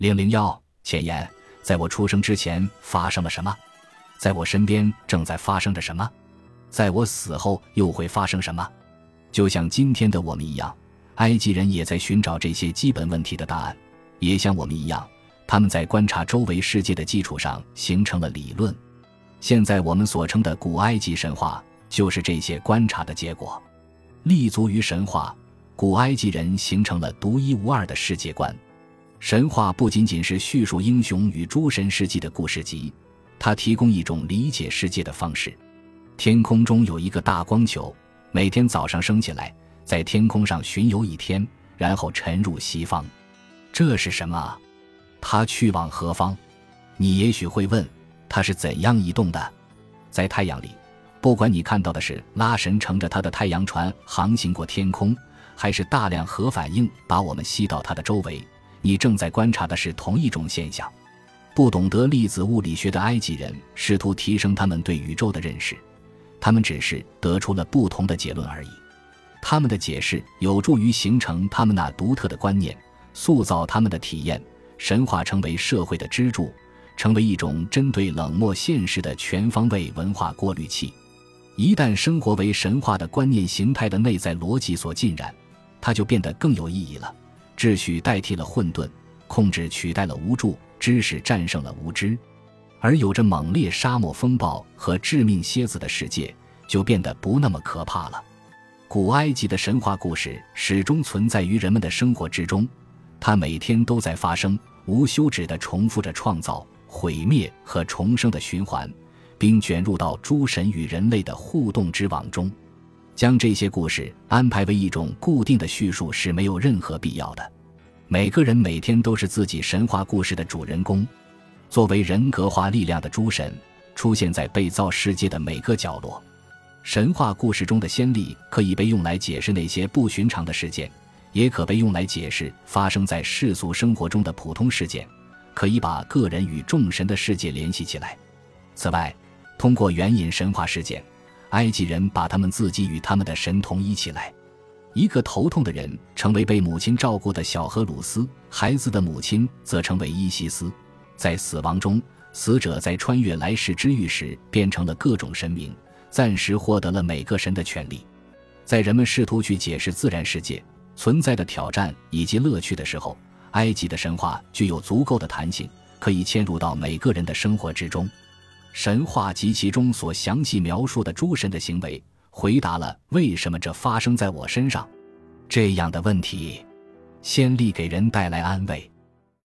001前言，在我出生之前发生了什么？在我身边正在发生着什么？在我死后又会发生什么？就像今天的我们一样，埃及人也在寻找这些基本问题的答案，也像我们一样，他们在观察周围世界的基础上形成了理论。现在我们所称的古埃及神话就是这些观察的结果。立足于神话，古埃及人形成了独一无二的世界观。神话不仅仅是叙述英雄与诸神事迹的故事集，它提供一种理解世界的方式。天空中有一个大光球，每天早上升起来，在天空上巡游一天，然后沉入西方。这是什么？它去往何方？你也许会问，它是怎样移动的？在太阳里，不管你看到的是拉神乘着他的太阳船航行过天空，还是大量核反应把我们吸到它的周围，你正在观察的是同一种现象。不懂得粒子物理学的埃及人试图提升他们对宇宙的认识，他们只是得出了不同的结论而已。他们的解释有助于形成他们那独特的观念，塑造他们的体验，神话成为社会的支柱，成为一种针对冷漠现实的全方位文化过滤器。一旦生活为神话的观念形态的内在逻辑所浸染，它就变得更有意义了。秩序代替了混沌，控制取代了无助，知识战胜了无知。而有着猛烈沙漠风暴和致命蝎子的世界就变得不那么可怕了。古埃及的神话故事始终存在于人们的生活之中，它每天都在发生，无休止地重复着创造、毁灭和重生的循环，并卷入到诸神与人类的互动之网中。将这些故事安排为一种固定的叙述是没有任何必要的。每个人每天都是自己神话故事的主人公，作为人格化力量的诸神出现在被造世界的每个角落。神话故事中的先例可以被用来解释那些不寻常的事件，也可被用来解释发生在世俗生活中的普通事件，可以把个人与众神的世界联系起来。此外，通过援引神话事件，埃及人把他们自己与他们的神统一起来。一个头痛的人成为被母亲照顾的小荷鲁斯，孩子的母亲则成为伊西斯。在死亡中，死者在穿越来世之域时变成了各种神明，暂时获得了每个神的权利。在人们试图去解释自然世界存在的挑战以及乐趣的时候，埃及的神话具有足够的弹性，可以嵌入到每个人的生活之中。神话及其中所详细描述的诸神的行为，回答了为什么这发生在我身上这样的问题。先例给人带来安慰，